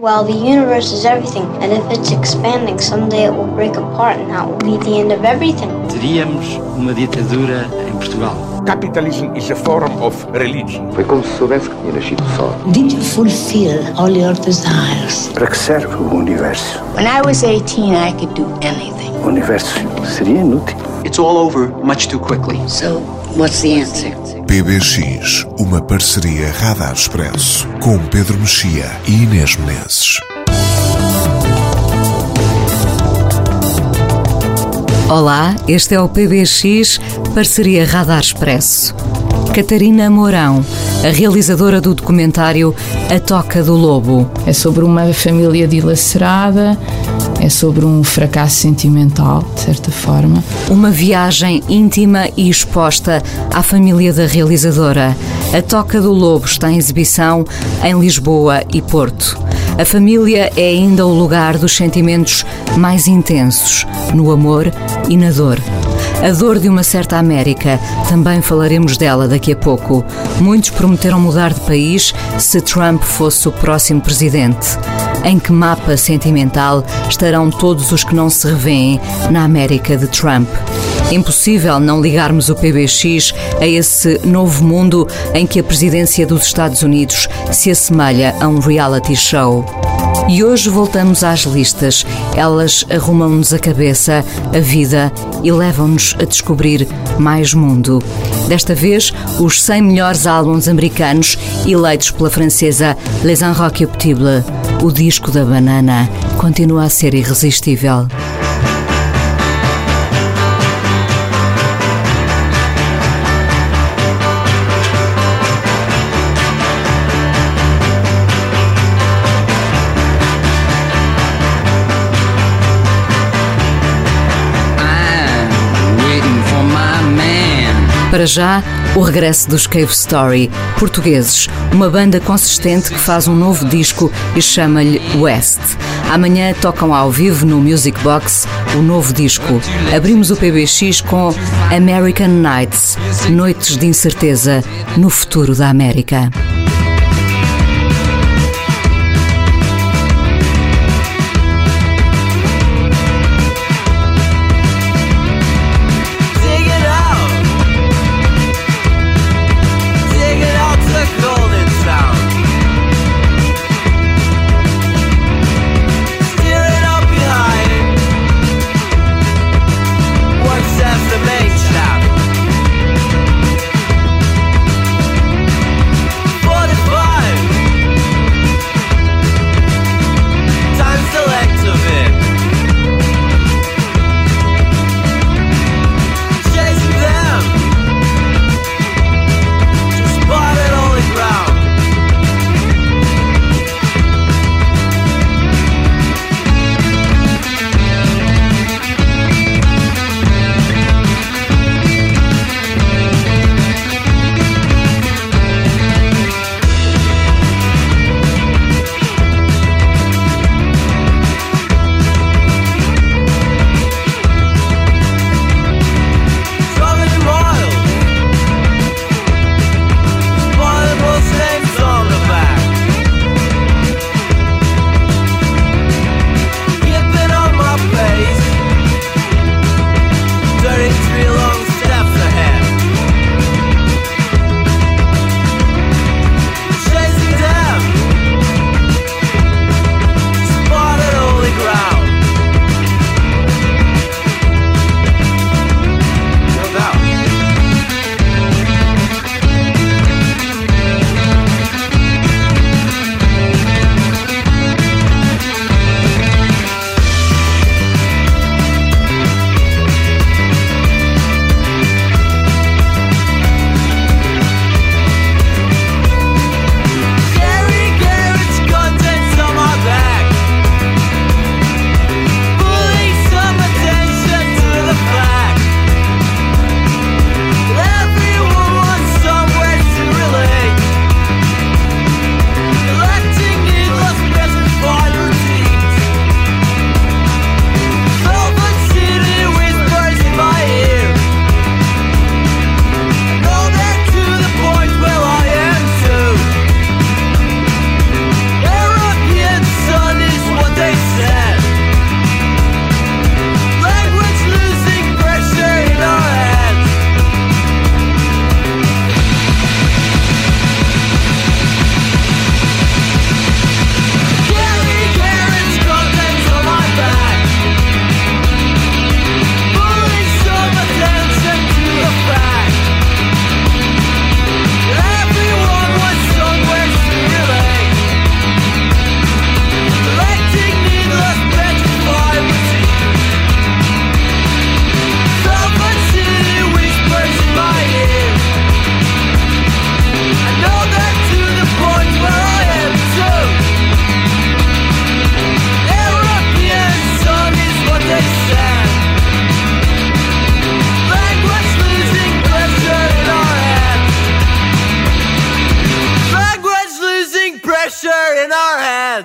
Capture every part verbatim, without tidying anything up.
Well, the universe is everything, and if it's expanding, someday it will break apart, and that will be the end of everything. Teríamos uma ditadura em Portugal. Capitalism is a form of religion. Foi como se soubesse que tinha nascido só. Did you fulfill all your desires? Para que serve o universo? When I was eighteen, I could do anything. O universo seria inútil. It's all over much too quickly. So, what's the answer? P B X, uma parceria Radar Expresso, com Pedro Mexia e Inês Menezes. Olá, este é o P B X, parceria Radar Expresso. Catarina Mourão, a realizadora do documentário A Toca do Lobo. É sobre uma família dilacerada, é sobre um fracasso sentimental, de certa forma. Uma viagem íntima e exposta à família da realizadora. A Toca do Lobo está em exibição em Lisboa e Porto. A família é ainda o lugar dos sentimentos mais intensos, no amor e na dor. A dor de uma certa América, também falaremos dela daqui a pouco. Muitos prometeram mudar de país se Trump fosse o próximo presidente. Em que mapa sentimental estarão todos os que não se revêem na América de Trump? Impossível não ligarmos o P B X a esse novo mundo em que a presidência dos Estados Unidos se assemelha a um reality show. E hoje voltamos às listas. Elas arrumam-nos a cabeça, a vida e levam-nos a descobrir mais mundo. Desta vez, os cem melhores álbuns americanos eleitos pela francesa Les Inrecuptibles. O disco da banana continua a ser irresistível. Para já, o regresso dos Cave Story, portugueses, uma banda consistente que faz um novo disco e chama-lhe West. Amanhã tocam ao vivo no Music Box o novo disco. Abrimos o P B X com American Nights, noites de incerteza no futuro da América. Boy,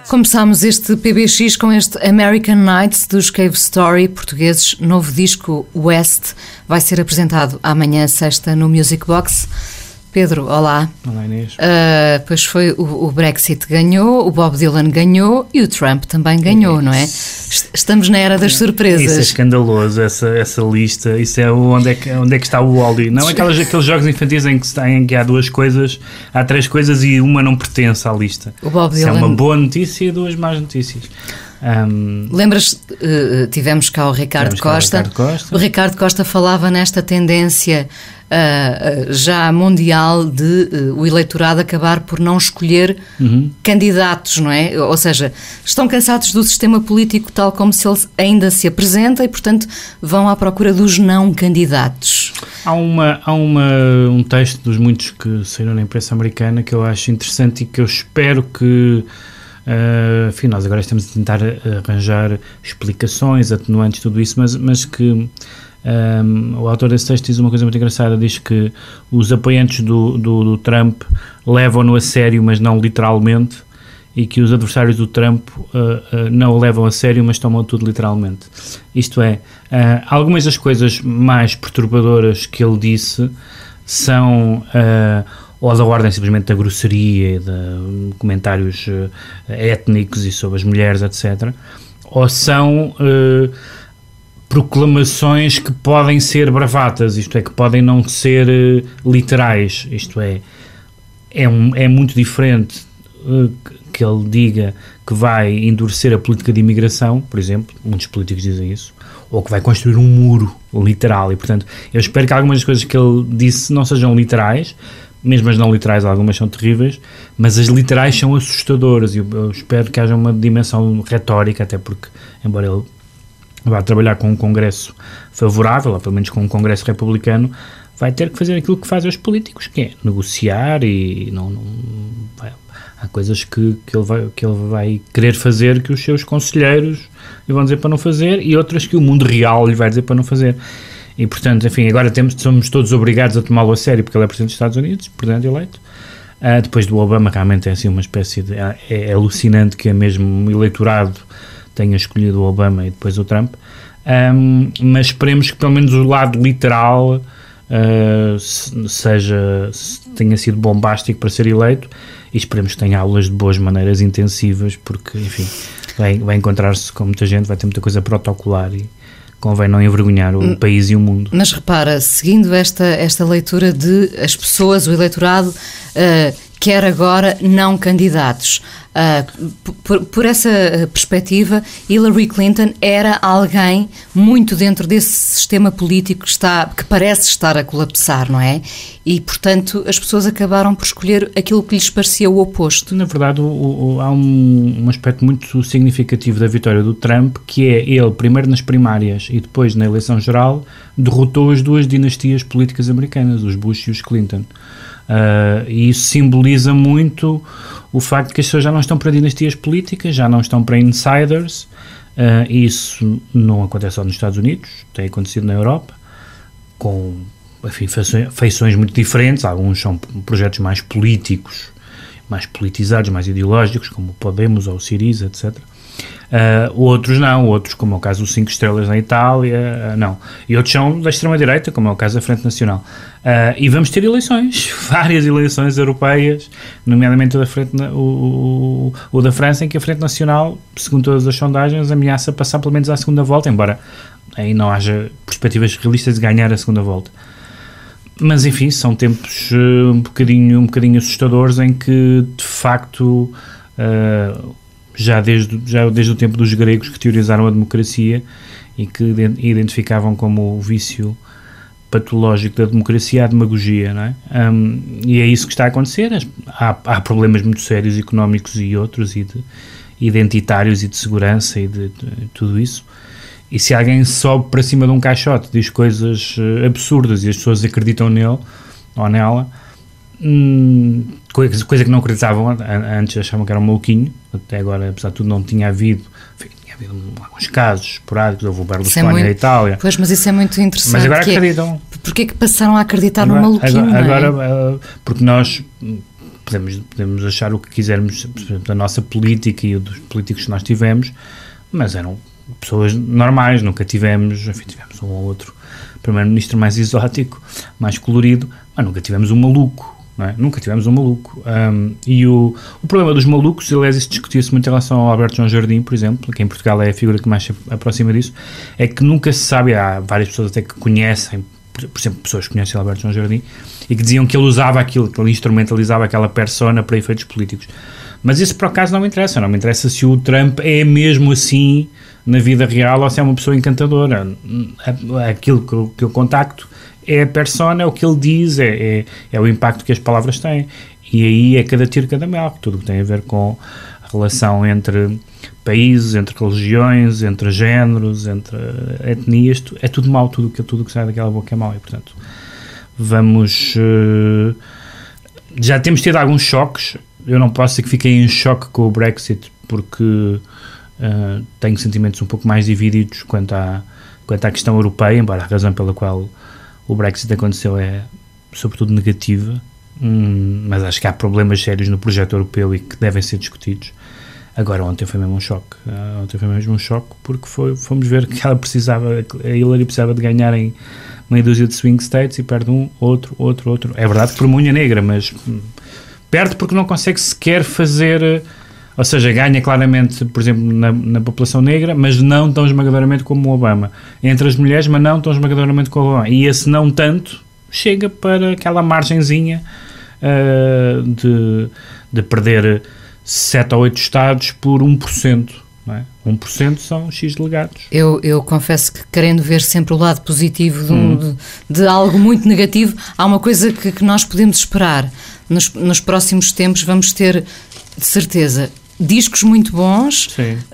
Começámos este P B X com este American Nights dos Cave Story, portugueses. Novo disco West vai ser apresentado amanhã, sexta, no Music Box. Pedro, olá. Olá, Inês. Uh, pois foi, o, o Brexit ganhou, o Bob Dylan ganhou e o Trump também ganhou, é, não é? Estamos na era das surpresas. Isso é escandaloso, essa, essa lista. Isso é onde é que, onde é que está o Wally. Não é aquelas, aqueles jogos infantis em que, está, em que há duas coisas, há três coisas e uma não pertence à lista. O Bob Isso Dylan... é uma boa notícia e duas más notícias. Um, Lembras, uh, tivemos cá o Ricardo Costa. o Ricardo Costa. O Ricardo Costa falava nesta tendência uh, uh, já mundial de uh, o eleitorado acabar por não escolher uhum. candidatos, não é? Ou seja, estão cansados do sistema político tal como se ele ainda se apresenta e, portanto, vão à procura dos não candidatos. Há, uma, há uma, um texto dos muitos que saíram na imprensa americana que eu acho interessante e que eu espero que Uh, enfim, nós agora estamos a tentar arranjar explicações, atenuantes, tudo isso, mas, mas que um, o autor desse texto diz uma coisa muito engraçada, diz que os apoiantes do, do, do Trump levam-no a sério, mas não literalmente, e que os adversários do Trump uh, uh, não o levam a sério, mas tomam tudo literalmente. Isto é, uh, algumas das coisas mais perturbadoras que ele disse são... Uh, ou da ordem simplesmente da grosseria, de comentários uh, étnicos e sobre as mulheres, etcétera, ou são uh, proclamações que podem ser bravatas, isto é, que podem não ser uh, literais, isto é, é, um, é muito diferente uh, que ele diga que vai endurecer a política de imigração, por exemplo, muitos políticos dizem isso, ou que vai construir um muro literal, e portanto, eu espero que algumas das coisas que ele disse não sejam literais, mesmo as não literais, algumas são terríveis, mas as literais são assustadoras e eu, eu espero que haja uma dimensão retórica, até porque, embora ele vá trabalhar com um congresso favorável, ou pelo menos com um congresso republicano, vai ter que fazer aquilo que fazem os políticos, que é negociar e não, não vai, há coisas que, que, ele vai, que ele vai querer fazer que os seus conselheiros lhe vão dizer para não fazer e outras que o mundo real lhe vai dizer para não fazer. E, portanto, enfim, agora temos, somos todos obrigados a tomá-lo a sério, porque ele é Presidente dos Estados Unidos, Presidente eleito. Uh, depois do Obama, realmente é assim uma espécie de... É, é alucinante que é mesmo o eleitorado tenha escolhido o Obama e depois o Trump. Um, mas esperemos que pelo menos o lado literal uh, seja, tenha sido bombástico para ser eleito e esperemos que tenha aulas de boas maneiras intensivas, porque, enfim, vai, vai encontrar-se com muita gente, vai ter muita coisa protocolar e convém não envergonhar o hum, país e o mundo. Mas repara, seguindo esta, esta leitura de as pessoas, o eleitorado, uh, quer agora não candidatos. Uh, por, por essa perspectiva, Hillary Clinton era alguém muito dentro desse sistema político que, está, que parece estar a colapsar, não é? E, portanto, as pessoas acabaram por escolher aquilo que lhes parecia o oposto. Na verdade, o, o, há um, um aspecto muito significativo da vitória do Trump, que é ele, primeiro nas primárias e depois na eleição geral, derrotou as duas dinastias políticas americanas, os Bush e os Clinton. Uh, e isso simboliza muito o facto de que as pessoas já não estão para dinastias políticas, já não estão para insiders, uh, e isso não acontece só nos Estados Unidos, tem acontecido na Europa, com, enfim, feições muito diferentes, alguns são projetos mais políticos, mais politizados, mais ideológicos, como o Podemos ou o Syriza, etcétera. Uh, outros não, outros como é o caso dos Cinco Estrelas na Itália, uh, não, e outros são da extrema-direita, como é o caso da Frente Nacional. Uh, e vamos ter eleições, várias eleições europeias, nomeadamente o da, Frente, o, o, o da França, em que a Frente Nacional, segundo todas as sondagens, ameaça passar pelo menos à segunda volta, embora aí não haja perspectivas realistas de ganhar a segunda volta. Mas enfim, são tempos uh, um, bocadinho, um bocadinho assustadores em que, de facto, uh, já desde, já desde o tempo dos gregos que teorizaram a democracia e que identificavam como o vício patológico da democracia a demagogia, não é? Um, e é isso que está a acontecer. Há, há problemas muito sérios económicos e outros, e de identitários e de segurança e de, de, de tudo isso. E se alguém sobe para cima de um caixote, diz coisas uh, absurdas e as pessoas acreditam nele ou nela, hum, coisa, coisa que não acreditavam antes, achavam que era um maluquinho. Até agora, apesar de tudo, não tinha havido, enfim, tinha havido alguns casos esporádicos, houve o Berlusconi muito, na Itália. Pois, mas isso é muito interessante. Mas agora acreditam. É, porquê é que passaram a acreditar agora, no maluquinho? Agora, não é? agora, porque nós podemos, podemos achar o que quisermos, por exemplo, da nossa política e dos políticos que nós tivemos, mas eram pessoas normais, nunca tivemos, enfim, tivemos um ou outro primeiro-ministro mais exótico, mais colorido, mas nunca tivemos um maluco. Não é? Nunca tivemos um maluco. Um, e o, o problema dos malucos, aliás, isso discutia-se muito em relação ao Alberto João Jardim, por exemplo, que em Portugal é a figura que mais se aproxima disso, é que nunca se sabe, há várias pessoas até que conhecem, por exemplo, pessoas que conhecem o Alberto João Jardim, e que diziam que ele usava aquilo, que ele instrumentalizava aquela persona para efeitos políticos. Mas isso, por acaso, não me interessa. Não me interessa se o Trump é mesmo assim na vida real ou se é uma pessoa encantadora. Aquilo que eu, que eu contacto é a persona, é o que ele diz, é, é, é o impacto que as palavras têm. E aí é cada tiro, cada mel, tudo o que tem a ver com a relação entre países, entre religiões, entre géneros, entre etnias, é tudo mau, tudo que, tudo que sai daquela boca é mau. E, portanto, vamos... Uh, já temos tido alguns choques. Eu não posso dizer que fiquei em choque com o Brexit, porque uh, tenho sentimentos um pouco mais divididos quanto à, quanto à questão europeia, embora a razão pela qual o Brexit aconteceu é sobretudo negativa, hum, mas acho que há problemas sérios no projeto europeu e que devem ser discutidos. Agora, ontem foi mesmo um choque, uh, ontem foi mesmo um choque porque foi, fomos ver que ela precisava, a Hillary precisava de ganhar em meia dúzia de swing states e perde um, outro, outro, outro. É verdade que por unha negra, mas hum, perde porque não consegue sequer fazer, ou seja, ganha claramente, por exemplo, na, na população negra, mas não tão esmagadoramente como o Obama. Entre as mulheres, mas não tão esmagadoramente como o Obama. E esse não tanto chega para aquela margenzinha uh, de, de perder sete ou oito estados por um por cento. Não é? um por cento são X delegados. Eu, eu confesso que, querendo ver sempre o lado positivo de, um, hum. de, de algo muito negativo, há uma coisa que, que nós podemos esperar. Nos, nos próximos tempos vamos ter, de certeza, discos muito bons,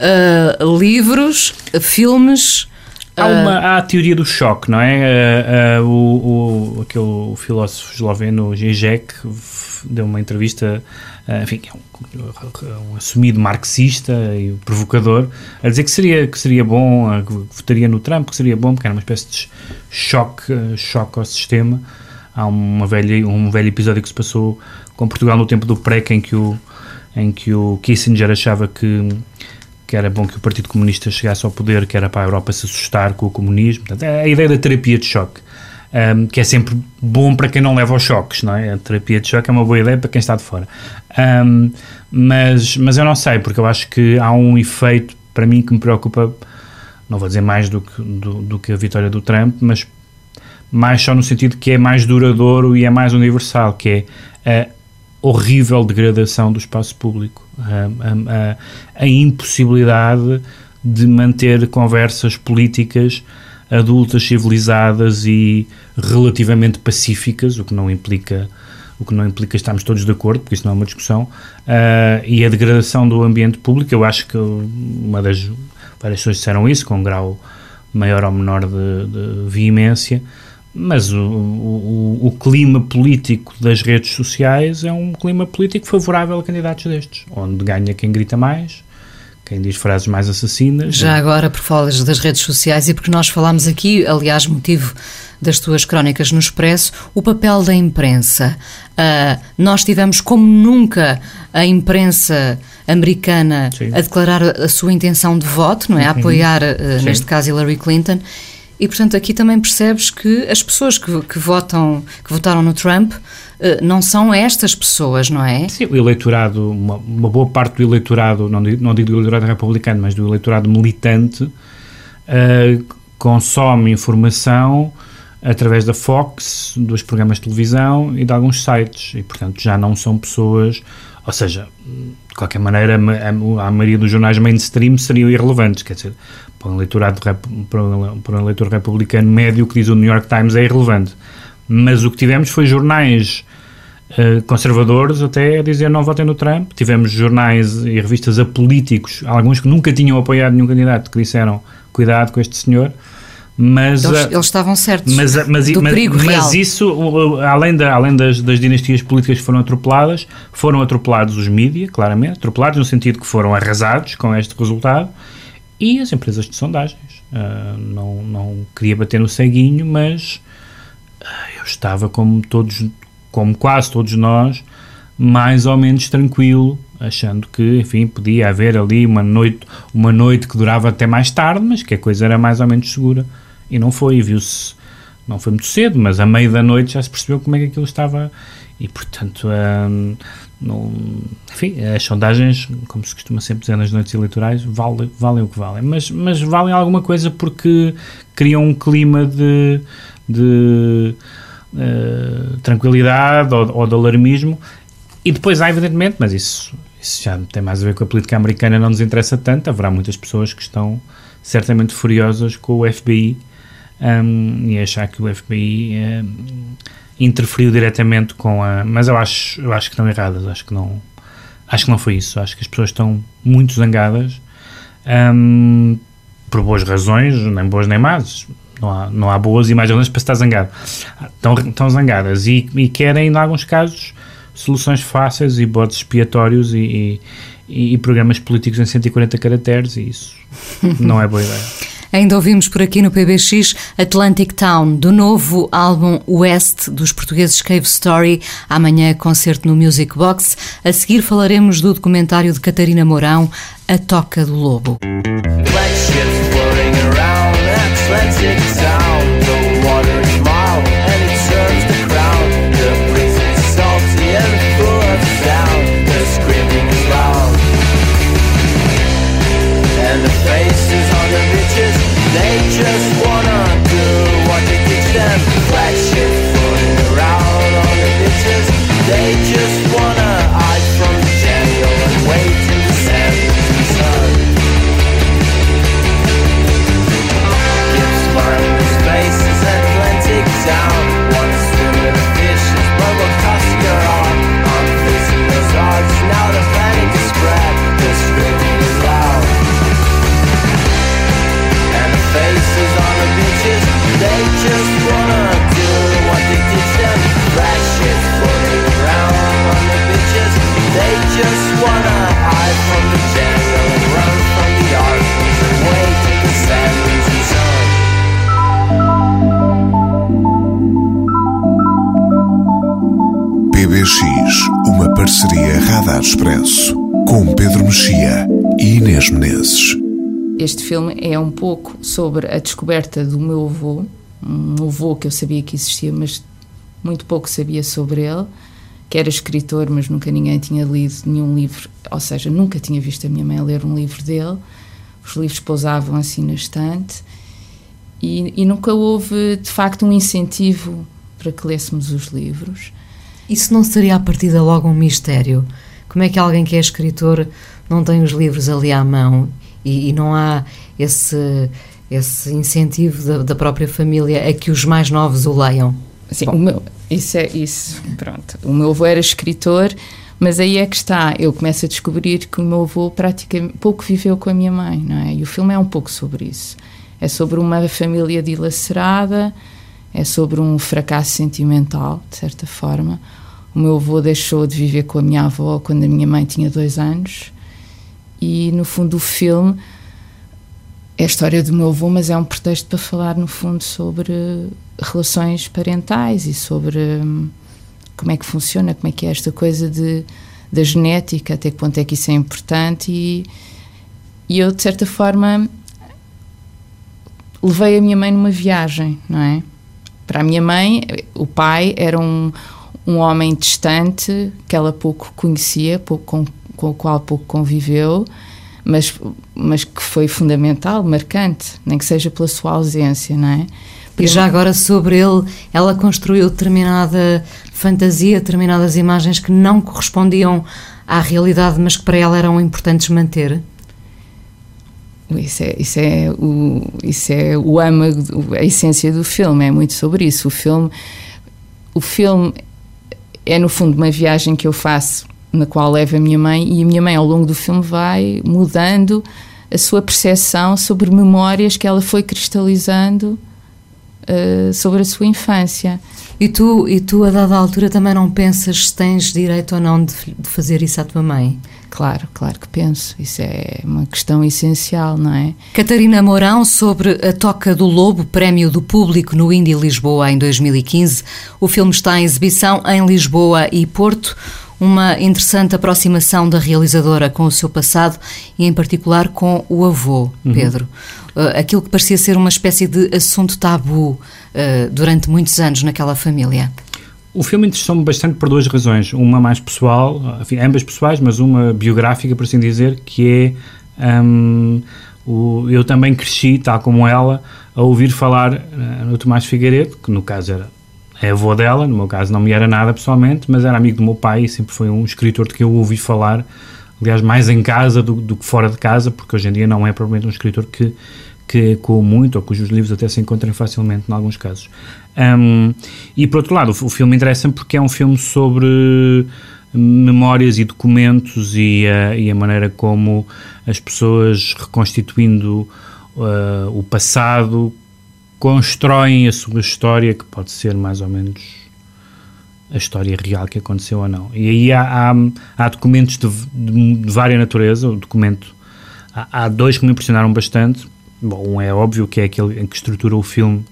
uh, livros, uh, filmes. Há, uma, há a teoria do choque, não é? Uh, uh, o, o, aquele o filósofo esloveno Žižek deu uma entrevista, uh, enfim, é um, um assumido marxista e provocador, a dizer que seria, que seria bom, uh, que votaria no Trump, que seria bom, porque era uma espécie de choque, uh, choque ao sistema. Há uma velha, um velho episódio que se passou com Portugal no tempo do P R E C, em que o, em que o Kissinger achava que, que era bom que o Partido Comunista chegasse ao poder, que era para a Europa se assustar com o comunismo. Portanto, é a ideia da terapia de choque, um, que é sempre bom para quem não leva aos choques, não é? A terapia de choque é uma boa ideia para quem está de fora. Um, mas, mas eu não sei, porque eu acho que há um efeito, para mim, que me preocupa, não vou dizer mais do que, do, do que a vitória do Trump, mas mais só no sentido que é mais duradouro e é mais universal, que é a horrível degradação do espaço público, a, a, a impossibilidade de manter conversas políticas adultas, civilizadas e relativamente pacíficas, o que não implica, o que não implica estarmos todos de acordo, porque isso não é uma discussão, uh, e a degradação do ambiente público. Eu acho que uma das várias pessoas disseram isso, com um grau maior ou menor de, de veemência, mas o, o, o clima político das redes sociais é um clima político favorável a candidatos destes, onde ganha quem grita mais, quem diz frases mais assassinas. Já agora, por falas das redes sociais, e porque nós falámos aqui, aliás, motivo das tuas crónicas no Expresso, o papel da imprensa. Uh, nós tivemos, como nunca, a imprensa americana Sim. a declarar a sua intenção de voto, não é? A apoiar, uh, neste caso, Hillary Clinton. E, portanto, aqui também percebes que as pessoas que, que, votam, que votaram no Trump uh, não são estas pessoas, não é? Sim, o eleitorado, uma, uma boa parte do eleitorado, não digo, não digo do eleitorado republicano, mas do eleitorado militante, uh, consome informação através da Fox, dos programas de televisão e de alguns sites. E, portanto, já não são pessoas... Ou seja, de qualquer maneira, a, a maioria dos jornais mainstream seriam irrelevantes, quer dizer, para um, eleitorado, para, um, para um eleitor republicano médio que diz o New York Times é irrelevante. Mas o que tivemos foi jornais uh, conservadores até a dizer não votem no Trump. Tivemos jornais e revistas apolíticos, alguns que nunca tinham apoiado nenhum candidato, que disseram cuidado com este senhor. Mas, eles, eles estavam certos mas, mas, do mas, perigo mas real. Mas isso, além, da, além das, das dinastias políticas que foram atropeladas, foram atropelados os mídia, claramente, atropelados no sentido que foram arrasados com este resultado, e as empresas de sondagens. Uh, não, não queria bater no ceguinho, mas uh, eu estava como todos, como quase todos nós, mais ou menos tranquilo, achando que, enfim, podia haver ali uma noite, uma noite que durava até mais tarde, mas que a coisa era mais ou menos segura. E não foi, viu-se, não foi muito cedo, mas a meio da noite já se percebeu como é que aquilo estava, e portanto, hum, não, enfim, as sondagens, como se costuma sempre dizer nas noites eleitorais, valem, valem o que valem, mas, mas valem alguma coisa porque criam um clima de, de uh, tranquilidade ou, ou de alarmismo, e depois há, evidentemente, mas isso, isso já tem mais a ver com a política americana, não nos interessa tanto, haverá muitas pessoas que estão certamente furiosas com o F B I, um, e achar que o F B I um, interferiu diretamente com a... Mas eu acho, eu acho que estão erradas, acho que não, acho que não foi isso, acho que as pessoas estão muito zangadas, um, por boas razões, nem boas nem más, não há, não há boas e mais razões para estar zangado. Estão, estão zangadas e, e querem, em alguns casos, soluções fáceis e bodes expiatórios e, e, e programas políticos em cento e quarenta caracteres, e isso não é boa ideia. Ainda ouvimos por aqui no P B X Atlantic Town, do novo álbum West dos portugueses Cave Story. Amanhã concerto no Music Box. A seguir falaremos do documentário de Catarina Mourão, A Toca do Lobo. They just wanna do what they teach them. Black shit floating around on the ditches. They just wanna hide from the jungle and wait in the sand and the sun. Gibbs find the spaces Atlantic town. Wanna swim with the fishes, but what costs your arm? I'm facing those odds, now the panic is spread. The screaming is loud. Faces on the beaches, they just wanna do what they teach them. Black shit floating around on the beaches. They just wanna hide from the jungle and run from the archers and wait till the sand loses sun. P B X, uma parceria Radar Expresso, com Pedro Mexia e Inês Menezes. Este filme é um pouco sobre a descoberta do meu avô, um avô que eu sabia que existia, mas muito pouco sabia sobre ele, que era escritor, mas nunca ninguém tinha lido nenhum livro, ou seja, nunca tinha visto a minha mãe ler um livro dele. Os livros pousavam assim na estante e, e nunca houve, de facto, um incentivo para que lêssemos os livros. Isso não seria à partida logo um mistério? Como é que alguém que é escritor não tem os livros ali à mão? E, e não há esse, esse incentivo da, da própria família a que os mais novos o leiam? Sim, o meu, isso é isso, pronto. O meu avô era escritor, mas aí é que está, eu começo a descobrir que o meu avô praticamente pouco viveu com a minha mãe, não é? E o filme é um pouco sobre isso. É sobre uma família dilacerada, é sobre um fracasso sentimental, de certa forma. O meu avô deixou de viver com a minha avó quando a minha mãe tinha dois anos. E, no fundo, o filme é a história do meu avô, mas é um pretexto para falar, no fundo, sobre relações parentais e sobre hum, como é que funciona, como é que é esta coisa de, da genética, até que ponto é que isso é importante. E, e eu, de certa forma, levei a minha mãe numa viagem, não é? Para a minha mãe, o pai era um, um homem distante, que ela pouco conhecia, pouco com com o qual pouco conviveu, mas, mas que foi fundamental, marcante, nem que seja pela sua ausência, não é? E já agora sobre ele, ela construiu determinada fantasia, determinadas imagens que não correspondiam à realidade, mas que para ela eram importantes manter? Isso é, isso é, o, isso é o âmago, a essência do filme, é muito sobre isso. O filme, o filme é, no fundo, uma viagem que eu faço na qual levo a minha mãe, e a minha mãe ao longo do filme vai mudando a sua percepção sobre memórias que ela foi cristalizando uh, sobre a sua infância. E tu, e tu, a dada altura, também não pensas se tens direito ou não de, de fazer isso à tua mãe? Claro, claro que penso. Isso é uma questão essencial, não é? Catarina Mourão, sobre A Toca do Lobo, prémio do público no Indie Lisboa em dois mil e quinze. O filme está em exibição em Lisboa e Porto. uma interessante aproximação da realizadora com o seu passado e, em particular, com o avô, Pedro. Uhum. Uh, aquilo que parecia ser uma espécie de assunto tabu uh, durante muitos anos naquela família. O filme interessou-me bastante por duas razões. Uma mais pessoal, enfim, ambas pessoais, mas uma biográfica, por assim dizer, que é... Um, o, eu também cresci, tal como ela, a ouvir falar uh, no Tomás Figueiredo, que no caso era é avô dela, no meu caso não me era nada pessoalmente, mas era amigo do meu pai e sempre foi um escritor de que eu ouvi falar, aliás, mais em casa do, do que fora de casa, porque hoje em dia não é propriamente um escritor que, que ecoa muito, ou cujos livros até se encontram facilmente em alguns casos. Um, e por outro lado, o, o filme interessa-me porque é um filme sobre memórias e documentos e a, e a maneira como as pessoas, reconstituindo uh, o passado, constroem a sua história, que pode ser mais ou menos a história real que aconteceu ou não. E aí há, há, há documentos de, de, de vária natureza. O documento, há, há dois que me impressionaram bastante. Bom, um é óbvio, que é aquele em que estrutura o filme,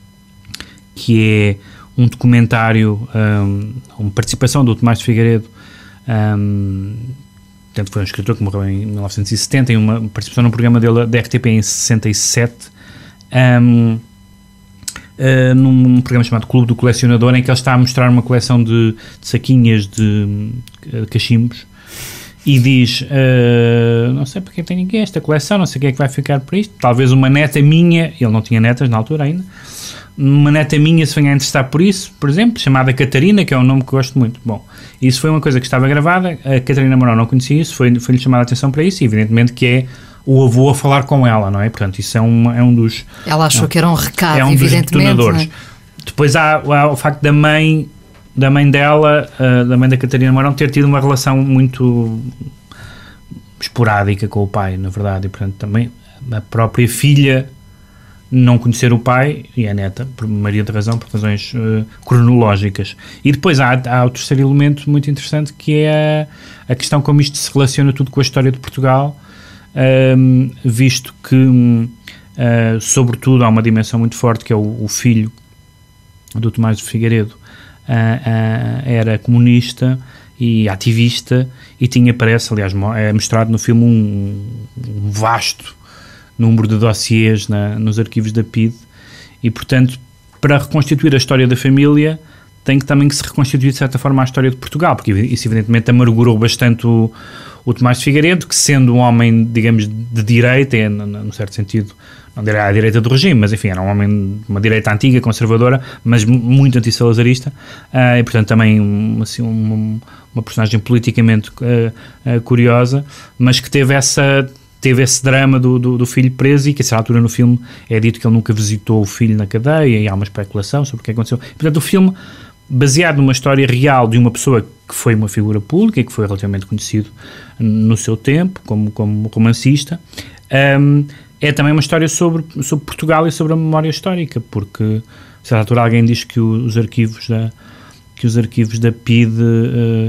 que é um documentário, um, uma participação do Tomás de Figueiredo, um, portanto foi um escritor que morreu em mil novecentos e setenta, e uma participação num programa dele da R T P em sessenta e sete, um, Uh, num programa chamado Clube do Colecionador, em que ele está a mostrar uma coleção de, de saquinhas de, de cachimbos e diz, uh, não sei porque tem ninguém esta coleção, não sei quem é que vai ficar por isto, talvez uma neta minha, ele não tinha netas na altura ainda, uma neta minha se venha a interessar por isso, por exemplo, chamada Catarina, que é um nome que eu gosto muito. Bom, isso foi uma coisa que estava gravada, a Catarina Mourão não conhecia isso, foi, foi-lhe chamada a atenção para isso, e evidentemente que é o avô a falar com ela, não é? Portanto, isso é um, é um dos... Ela achou não, que era um recado, é um evidentemente. Dos detonadores. É? Depois há, há o facto da mãe, da mãe dela, uh, da mãe da Catarina Mourão, ter tido uma relação muito esporádica com o pai, na verdade, e portanto também a própria filha não conhecer o pai e a neta, por maioria de razão, por razões uh, cronológicas. E depois há, há o terceiro elemento muito interessante, que é a, a questão como isto se relaciona tudo com a história de Portugal, Um, visto que, um, uh, sobretudo, há uma dimensão muito forte, que é o, o filho do Tomás de Figueiredo, uh, uh, era comunista e ativista, e tinha, parece, aliás, é mostrado no filme um, um vasto número de dossiês na, nos arquivos da P I D, e, portanto, para reconstituir a história da família, tem que também que se reconstituir, de certa forma, a história de Portugal, porque isso, evidentemente, amargurou bastante o o Tomás de Figueiredo, que sendo um homem, digamos, de direita, é, num certo sentido, não direi à direita do regime, mas enfim, era um homem de uma direita antiga, conservadora, mas muito anti-salazarista, uh, e portanto também um, assim, um, uma personagem politicamente uh, uh, curiosa, mas que teve essa... teve esse drama do, do, do filho preso, e que a certa altura no filme é dito que ele nunca visitou o filho na cadeia, e há uma especulação sobre o que aconteceu. Portanto, o filme, baseado numa história real de uma pessoa que foi uma figura pública e que foi relativamente conhecido no seu tempo como, como romancista, um, é também uma história sobre, sobre Portugal e sobre a memória histórica, porque a certa altura alguém diz que os arquivos da, que os arquivos da P I D, uh,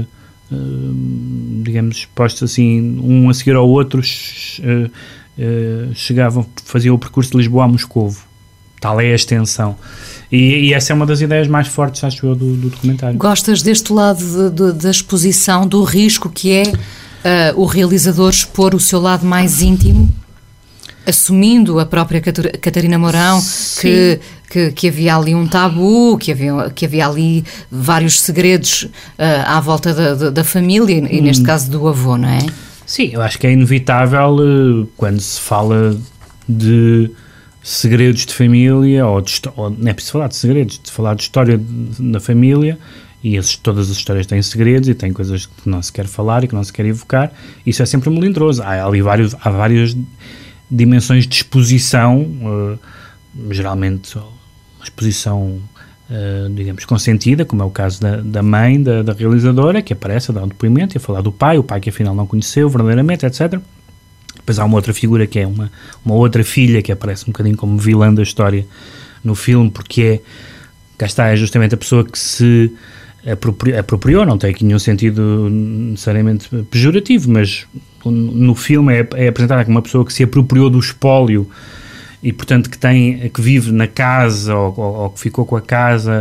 uh, digamos, postos assim, um a seguir ao outro, uh, uh, chegavam, faziam o percurso de Lisboa a Moscovo. Tal é a extensão. E, e essa é uma das ideias mais fortes, acho eu, do, do documentário. Gostas deste lado de, de, da exposição, do risco que é uh, o realizador expor o seu lado mais íntimo, assumindo a própria Catarina Mourão que, que, que havia ali um tabu, que havia, que havia ali vários segredos uh, à volta da, da, da família, hum. e neste caso do avô, não é? Sim, eu acho que é inevitável uh, quando se fala de segredos de família, ou, de, ou não é preciso falar de segredos, de falar de história da família, e esses, todas as histórias têm segredos e têm coisas que não se quer falar e que não se quer evocar, isso é sempre melindroso. Há ali vários, há várias dimensões de exposição, uh, geralmente uma exposição, uh, digamos, consentida, como é o caso da, da mãe da, da realizadora, que aparece a dar um depoimento e a falar do pai, o pai que afinal não conheceu verdadeiramente, etcétera. Depois há uma outra figura que é uma, uma outra filha que aparece um bocadinho como vilã da história no filme, porque é, cá está, é justamente a pessoa que se apropriou, apropriou não tem aqui nenhum sentido necessariamente pejorativo, mas no filme é, é apresentada como uma pessoa que se apropriou do espólio e, portanto, que, tem, que vive na casa ou, ou, ou que ficou com a casa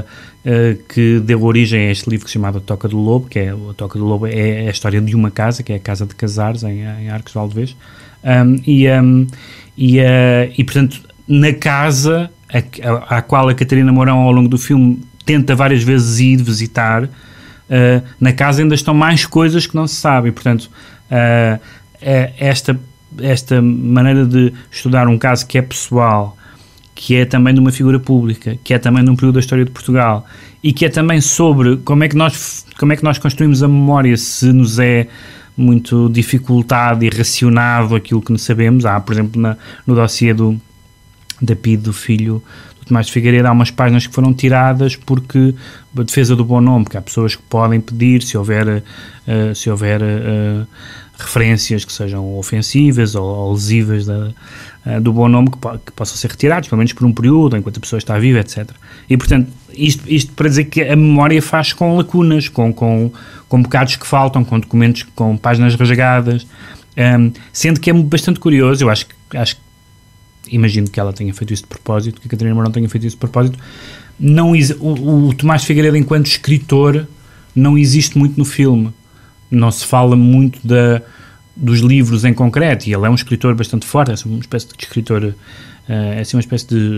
uh, que deu origem a este livro que se chama A Toca do Lobo, que é A Toca do Lobo é a história de uma casa, que é a Casa de Casares, em, em Arcos de Valdevez. Um, e, um, e, uh, e, portanto, na casa a, a, à qual a Catarina Mourão, ao longo do filme, tenta várias vezes ir visitar, uh, na casa ainda estão mais coisas que não se sabem. Portanto, uh, esta, esta maneira de estudar um caso que é pessoal, que é também de uma figura pública, que é também de um período da história de Portugal, e que é também sobre como é que nós, como é que nós construímos a memória, se nos é muito dificultado e racionado aquilo que não sabemos. Há, por exemplo, na, no dossiê do, da P I D do filho do Tomás de Figueiredo, há umas páginas que foram tiradas porque a defesa do bom nome, porque há pessoas que podem pedir, se houver, uh, se houver uh, referências que sejam ofensivas ou, ou lesivas da, uh, do bom nome, que, po que possam ser retirados, pelo menos por um período, enquanto a pessoa está viva, etcétera. E, portanto, isto, isto para dizer que a memória faz com lacunas, com, com, com bocados que faltam, com documentos com páginas rasgadas, um, sendo que é bastante curioso. Eu acho que, acho, imagino que ela tenha feito isso de propósito, que a Catarina Mourão tenha feito isso de propósito. Não, o, o Tomás de Figueiredo, enquanto escritor, não existe muito no filme. Não se fala muito da, dos livros em concreto, e ele é um escritor bastante forte, é uma espécie de escritor, uh, é assim uma espécie de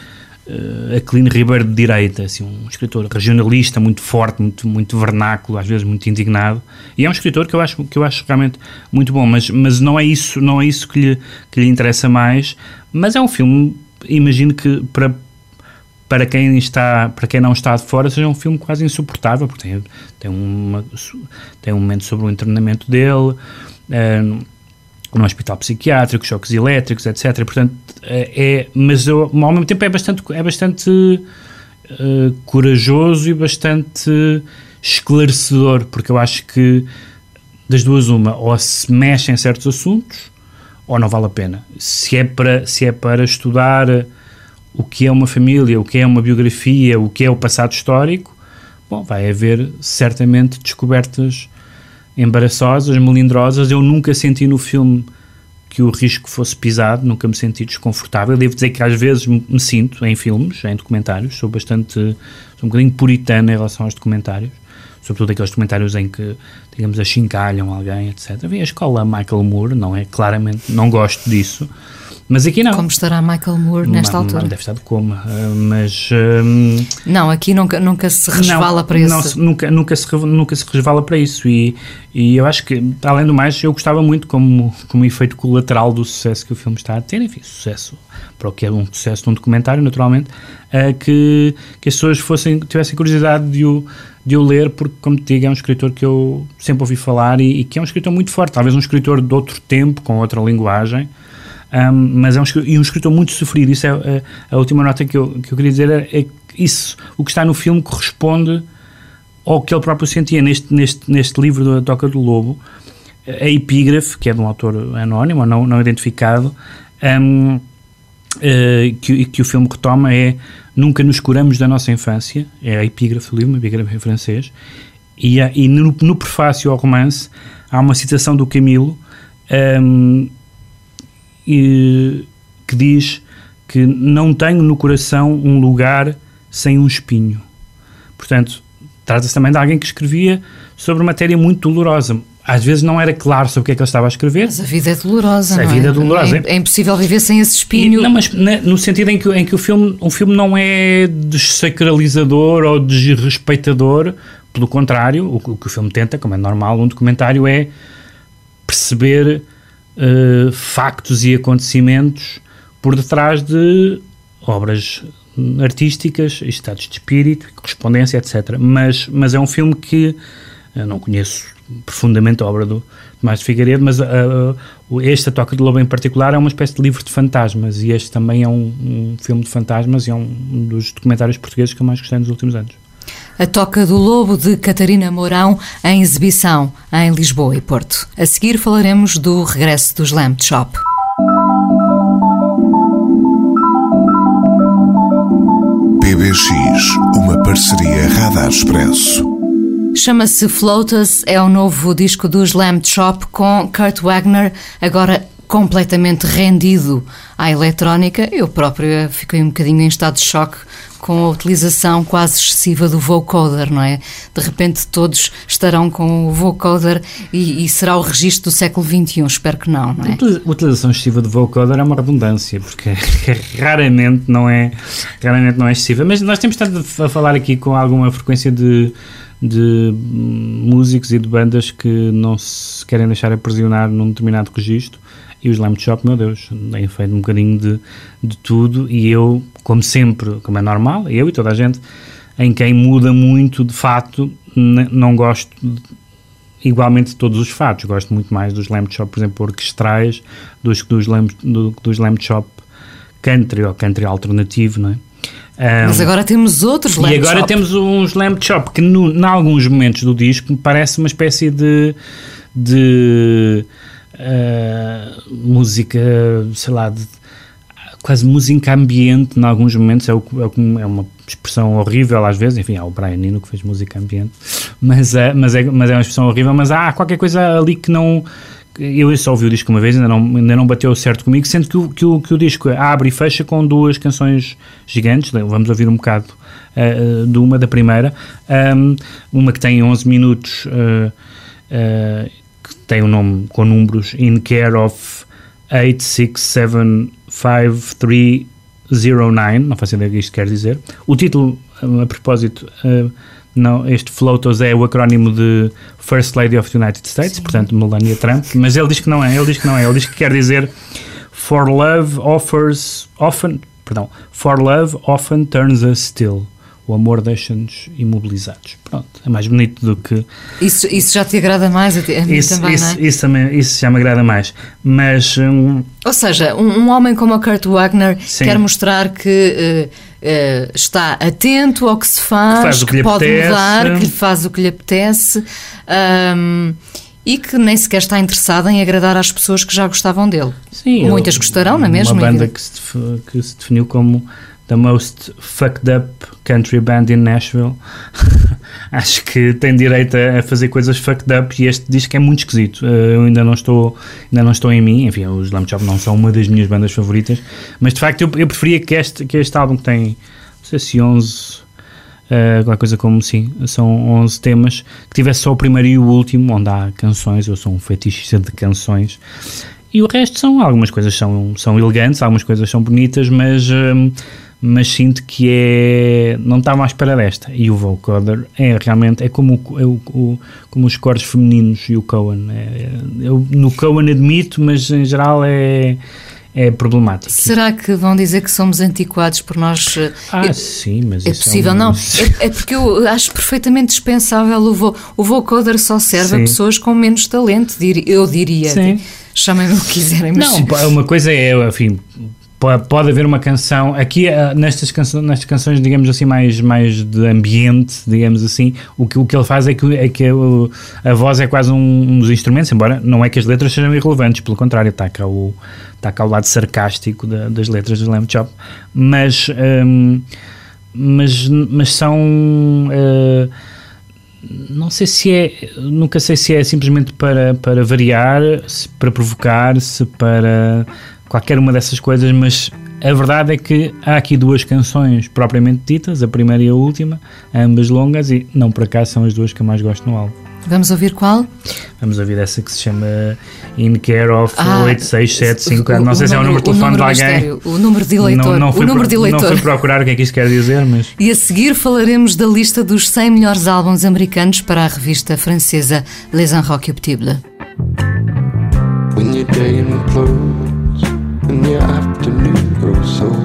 uh, Aquilino Ribeiro de direita, assim, um escritor regionalista muito forte, muito, muito vernáculo, às vezes muito indignado, e é um escritor que eu acho, que eu acho realmente muito bom, mas, mas não é isso, não é isso que lhe, que lhe interessa mais. Mas é um filme, imagino que para para quem está, para quem não está de fora, seja um filme quase insuportável, porque tem, tem, uma, tem um momento sobre o internamento dele, uh, no hospital psiquiátrico, choques elétricos, etcétera. Portanto, é, é, mas eu, ao mesmo tempo é bastante, é bastante uh, corajoso e bastante esclarecedor, porque eu acho que das duas uma, ou se mexe em certos assuntos, ou não vale a pena. Se é para, se é para estudar o que é uma família, o que é uma biografia, o que é o passado histórico, bom, vai haver certamente descobertas embaraçosas, melindrosas. Eu nunca senti no filme que o risco fosse pisado, nunca me senti desconfortável. Devo dizer que às vezes me sinto em filmes, em documentários, sou bastante, sou um bocadinho puritano em relação aos documentários, sobretudo aqueles documentários em que, digamos, achincalham alguém, etcétera. Vi a escola Michael Moore, não é? Claramente não gosto disso. Mas aqui não. Como estará Michael Moore nesta não, altura? Não deve estar de coma, mas... Um, não, aqui nunca, nunca se resvala não, para não isso. Se, nunca, nunca, se, nunca se resvala para isso e, e eu acho que, além do mais, eu gostava muito como, como efeito colateral do sucesso que o filme está a ter, enfim, sucesso, para o que é um sucesso de um documentário, naturalmente, uh, que, que as pessoas fossem, tivessem curiosidade de o, de o ler, porque, como te digo, é um escritor que eu sempre ouvi falar e, e que é um escritor muito forte, talvez um escritor de outro tempo, com outra linguagem. Um, mas é um, e um escritor muito sofrido. Isso é a, a última nota que eu, que eu queria dizer, é, é que isso, o que está no filme corresponde ao que ele próprio sentia neste, neste, neste livro da Toca do Lobo. A epígrafe, que é de um autor anónimo, não, não identificado, um, uh, que, que o filme retoma é: nunca nos curamos da nossa infância. É a epígrafe do livro, uma epígrafe em francês, e, e no, no prefácio ao romance há uma citação do Camilo, um, E, que diz que não tenho no coração um lugar sem um espinho. Portanto, trata-se também de alguém que escrevia sobre matéria muito dolorosa. Às vezes não era claro sobre o que é que ele estava a escrever. Mas a vida é dolorosa, a não vida é? é dolorosa. É, é impossível viver sem esse espinho. E, não, mas na, no sentido em que, em que o, filme, o filme não é desacralizador ou desrespeitador. Pelo contrário, o, o que o filme tenta, como é normal, um documentário é perceber Uh, factos e acontecimentos por detrás de obras artísticas, estados de espírito, correspondência, etcétera. Mas, mas é um filme que eu não conheço profundamente a obra do Tomás de Figueiredo, mas uh, uh, esta Toca do Lobo em particular é uma espécie de livro de fantasmas, e este também é um, um filme de fantasmas e é um, um dos documentários portugueses que eu mais gostei nos últimos anos. A Toca do Lobo, de Catarina Mourão, em exibição em Lisboa e Porto. A seguir falaremos do regresso dos Lamp Shop. P B X, uma parceria Radar Expresso. Chama-se Float Us, é o novo disco dos Lamp Shop com Kurt Wagner, agora completamente rendido à eletrónica. Eu própria fiquei um bocadinho em estado de choque com a utilização quase excessiva do vocoder, não é? De repente todos estarão com o vocoder e, e será o registro do século vinte e um, espero que não, não é? A utilização excessiva do vocoder é uma redundância, porque raramente não é, raramente não é excessiva, mas nós temos estado a falar aqui com alguma frequência de, de músicos e de bandas que não se querem deixar aprisionar num determinado registro. E os Lamb Chop, meu Deus, têm feito um bocadinho de, de tudo, e eu, como sempre, como é normal, eu e toda a gente, em quem muda muito de fato, n- não gosto de, igualmente de todos os fatos, gosto muito mais dos Lamb Chop, por exemplo, orquestrais, dos, dos, Lamb, do, dos Lamb Chop country ou country alternativo, não é? Um, Mas agora temos outros Lamb Chop. E agora Chop. temos uns Lamb Chop que, no, em alguns momentos do disco, me parece uma espécie de... de Uh, música, sei lá, de, quase música ambiente em alguns momentos, é, o, é uma expressão horrível às vezes, enfim, há o Brian Eno que fez música ambiente, mas, uh, mas, é, mas é uma expressão horrível, mas há qualquer coisa ali que não... Eu só ouvi o disco uma vez, ainda não, ainda não bateu certo comigo, sendo que o, que, o, que o disco abre e fecha com duas canções gigantes. Vamos ouvir um bocado uh, de uma, da primeira, um, uma que tem onze minutos, uh, uh, que tem o um nome com números, In Care of eight six seven five three zero nine, não faço ideia o que isto quer dizer. O título, a propósito, uh, não, este Flotos é o acrónimo de First Lady of the United States, sim, portanto Melania Trump, mas ele diz que não é, ele diz que não é, ele diz que quer dizer For love offers often, perdão, For love often turns us still. O amor deixa-nos imobilizados. Pronto, é mais bonito do que... Isso, isso já te agrada mais? A, ti, a mim isso, também, isso, não é? Isso, também, isso já me agrada mais. Mas... Hum, Ou seja, um, um homem como o Kurt Wagner, sim, quer mostrar que uh, uh, está atento ao que se faz, que, faz o que, que pode apetece. mudar, que faz o que lhe apetece, um, e que nem sequer está interessado em agradar às pessoas que já gostavam dele. Sim, muitas eu, gostarão, não é mesmo? Uma banda que se, que se definiu como the most fucked up country band in Nashville. Acho que tem direito a fazer coisas fucked up, e este disco é muito esquisito. Eu ainda não estou, ainda não estou em mim. Enfim, os Lamb Chop não são uma das minhas bandas favoritas, mas de facto eu, eu preferia que este, que este álbum, que tem, não sei se onze, uh, alguma coisa como, sim, são onze temas, que tivesse só o primeiro e o último, onde há canções. Eu sou um fetichista de canções. E o resto são, algumas coisas são, são elegantes, algumas coisas são bonitas, mas, um, mas sinto que é, não estava à espera desta. E o vocoder é realmente, é como, é o, o, como os coros femininos e o Cohen. É, eu no Cohen admito, mas em geral é, é problemático. Será que vão dizer que somos antiquados por nós? Ah, é, sim, mas é isso possível, é um... não. É, é porque eu acho perfeitamente dispensável o, vo, o vocoder só serve, sim, a pessoas com menos talento, eu diria. Sim. Chamem-me o que quiserem. Mas... Não, uma coisa é, enfim, pode, pode haver uma canção, aqui nestas canções, nestas canções, digamos assim, mais, mais de ambiente, digamos assim, o que, o que ele faz é que, é que a, a voz é quase um, um dos instrumentos, embora não é que as letras sejam irrelevantes, pelo contrário, está cá o, está cá o lado sarcástico da, das letras do Lamb Chop, mas, um, mas, mas são... Uh, não sei se é, nunca sei se é simplesmente para, para variar, se para provocar, se para qualquer uma dessas coisas, mas a verdade é que há aqui duas canções propriamente ditas, a primeira e a última, ambas longas, e não por acaso são as duas que eu mais gosto no álbum. Vamos ouvir qual? Vamos ouvir essa que se chama In Care of ah, oito seis sete cinco, não o, sei o se é o número de telefone de alguém. O número de eleitor. Não, não o número pro, de eleitor. Não fui procurar o que é que isto quer dizer, mas... E a seguir falaremos da lista dos cem melhores álbuns americanos para a revista francesa Les Inrecuptibles. When your day implodes and your afternoon grows so,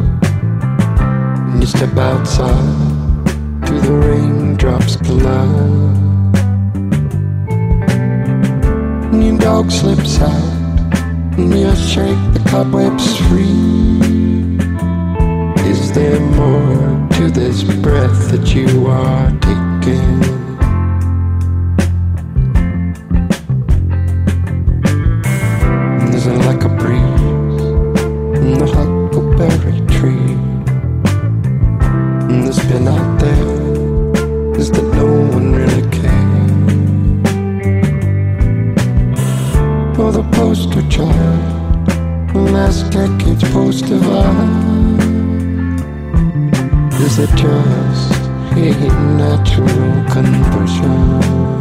and you step outside to the raindrops collide, and your dog slips out, and you shake the cobwebs free. Is there more to this breath that you are taking? And there's like a breeze in the huckleberry tree, and the spin out there is that no one really cares. For the poster child it's supposed to vibe? Is it just a natural conversion?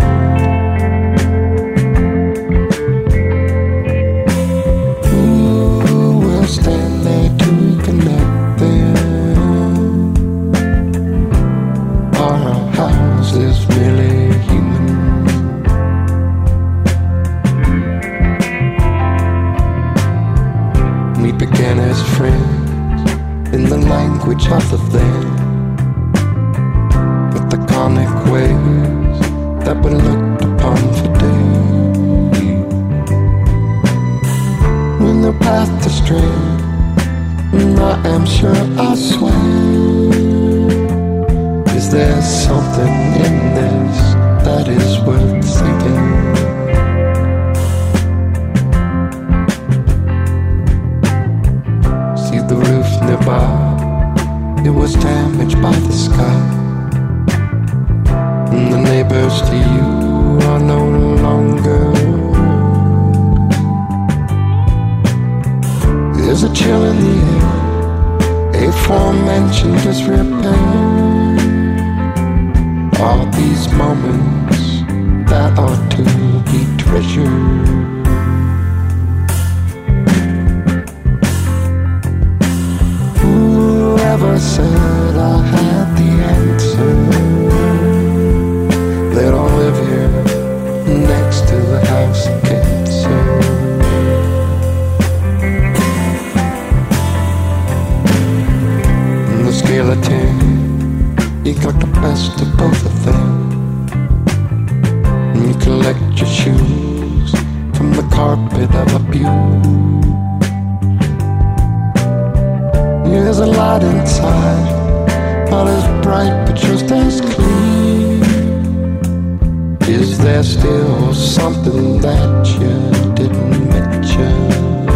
Who will stand there to connect them? Are our houses really human? We began as friends in the language of the then, with the conic ways that were looked upon for days. When the path astray, I am sure I swear, is there something in this that is worth thinking? See the roof nearby, it was damaged by the sky, and the neighbors to you are no longer. There's a chill in the air, aforementioned disrepair. All these moments that are to be treasured. Whoever said I had the answer? They don't live here next to the house of cancer. And the skeleton, you got the best of both of them. And you collect your shoes from the carpet of abuse. There's a light inside, not as bright but just as clean. Is there still something that you didn't mention?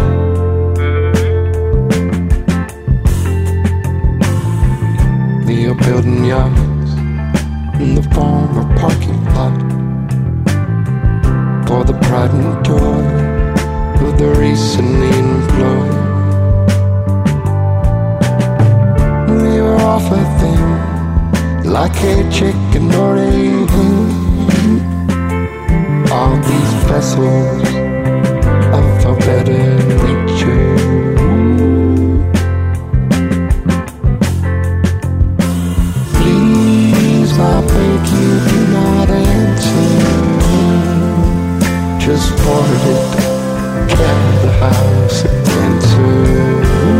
You're building yachts in the former parking lot for the pride and joy of the recently employed. We were off a thing like a chicken or a hen. All these vessels of a better nature. I beg you do not answer. Just wanted it, can the house answer?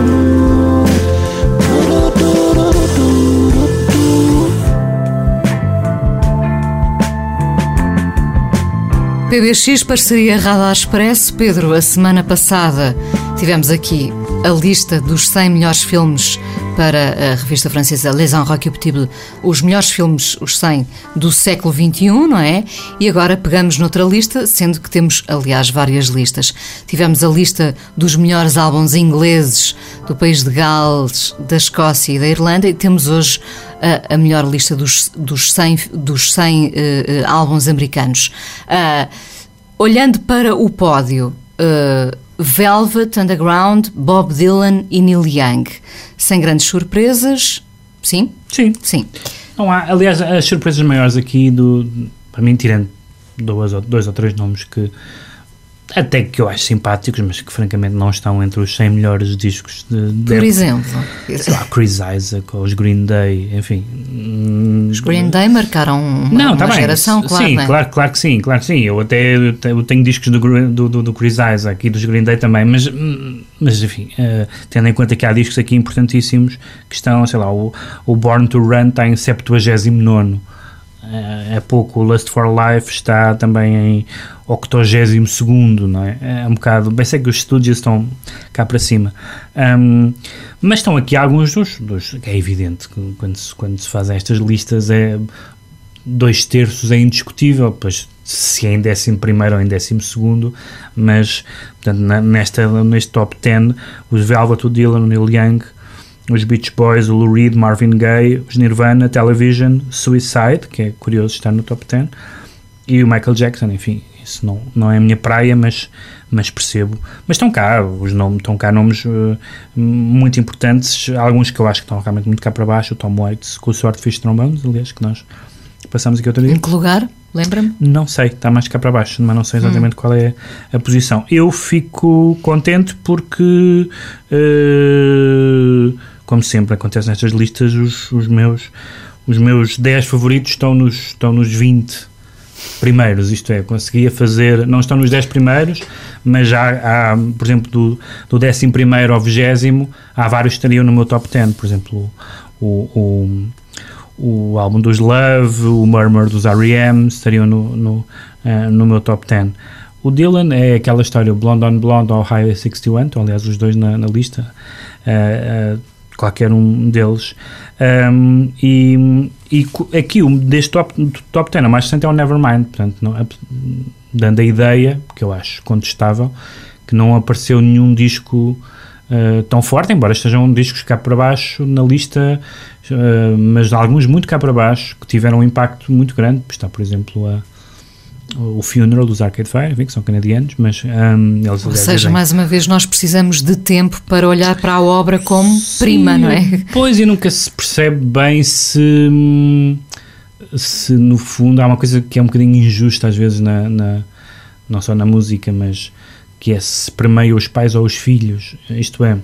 P B X, parceria Radar Expresso. Pedro, a semana passada tivemos aqui a lista dos cem melhores filmes para a revista francesa Les Inrecuptibles, os melhores filmes, os cem do século vinte e um, não é? E agora pegamos noutra lista, sendo que temos, aliás, várias listas. Tivemos a lista dos melhores álbuns ingleses do país de Gales, da Escócia e da Irlanda, e temos hoje a, a melhor lista dos, dos cem, dos cem uh, uh, álbuns americanos. Uh, olhando para o pódio, uh, Velvet Underground, Bob Dylan e Neil Young. Sem grandes surpresas, sim? Sim. Sim. Não há, aliás, as surpresas maiores aqui, do, para mim, tirando dois, dois ou três nomes que até que eu acho simpáticos, mas que francamente não estão entre os cem melhores discos de, de Por época. Exemplo? Sei lá, Chris Isaac ou os Green Day, enfim. Os Green Day marcaram uma, não, tá uma bem, geração, claro, sim, não é? claro, claro que sim, claro que sim. Eu até eu tenho discos do, do, do, do Chris Isaac e dos Green Day também, mas, mas enfim, uh, tendo em conta que há discos aqui importantíssimos que estão, sei lá, o, o Born to Run está em septuagésimo nono. É pouco, o Lust for Life está também em octogésimo segundo, não é? É um bocado, bem sei que os estúdios estão cá para cima, um, mas estão aqui alguns dos, dos é evidente que quando se, quando se fazem estas listas é dois terços é indiscutível, pois se é em décimo primeiro ou em décimo segundo, mas portanto, na, nesta, neste top dez os Velvet, o Dylan, o Neil Young, os Beach Boys, o Lou Reed, Marvin Gaye, os Nirvana, Television, Suicide, que é curioso estar no top dez, e o Michael Jackson, enfim, isso não, não é a minha praia, mas, mas percebo. Mas estão cá, os nomes, estão cá nomes uh, muito importantes, alguns que eu acho que estão realmente muito cá para baixo, o Tom Waits com o Swordfish Trombones, aliás, que nós passamos aqui outro dia. Em que lugar? Lembra-me? Não sei, está mais cá para baixo, mas não sei exatamente hum. qual é a posição. Eu fico contente porque, uh, como sempre acontece nestas listas, os, os meus os meus dez favoritos estão nos, estão nos vinte primeiros, isto é, conseguia fazer, não estão nos dez primeiros, mas já há, por exemplo, do, do décimo primeiro ao vigésimo, há vários que estariam no meu top dez, por exemplo, o, o o álbum dos Love, o Murmur dos R E M estariam no, no, uh, no meu top dez. O Dylan é aquela história, o Blonde on Blonde ou Highway sessenta e um, estão aliás os dois na, na lista, uh, uh, qualquer um deles. Um, e, e aqui, um, deste top, top dez, o mais recente é o Nevermind, portanto, não, dando a ideia, que eu acho contestável, que não apareceu nenhum disco Uh, tão forte, embora estejam discos cá para baixo na lista, uh, mas alguns muito cá para baixo que tiveram um impacto muito grande. Está, por exemplo, a, o Funeral dos Arcade Fire, enfim, que são canadianos, mas um, eles... Ou seja, dizem, mais uma vez nós precisamos de tempo para olhar para a obra como sim, prima, não é? Pois, e nunca se percebe bem se, se no fundo há uma coisa que é um bocadinho injusta às vezes, na, na, não só na música, mas que é se permeia os pais ou os filhos, isto é,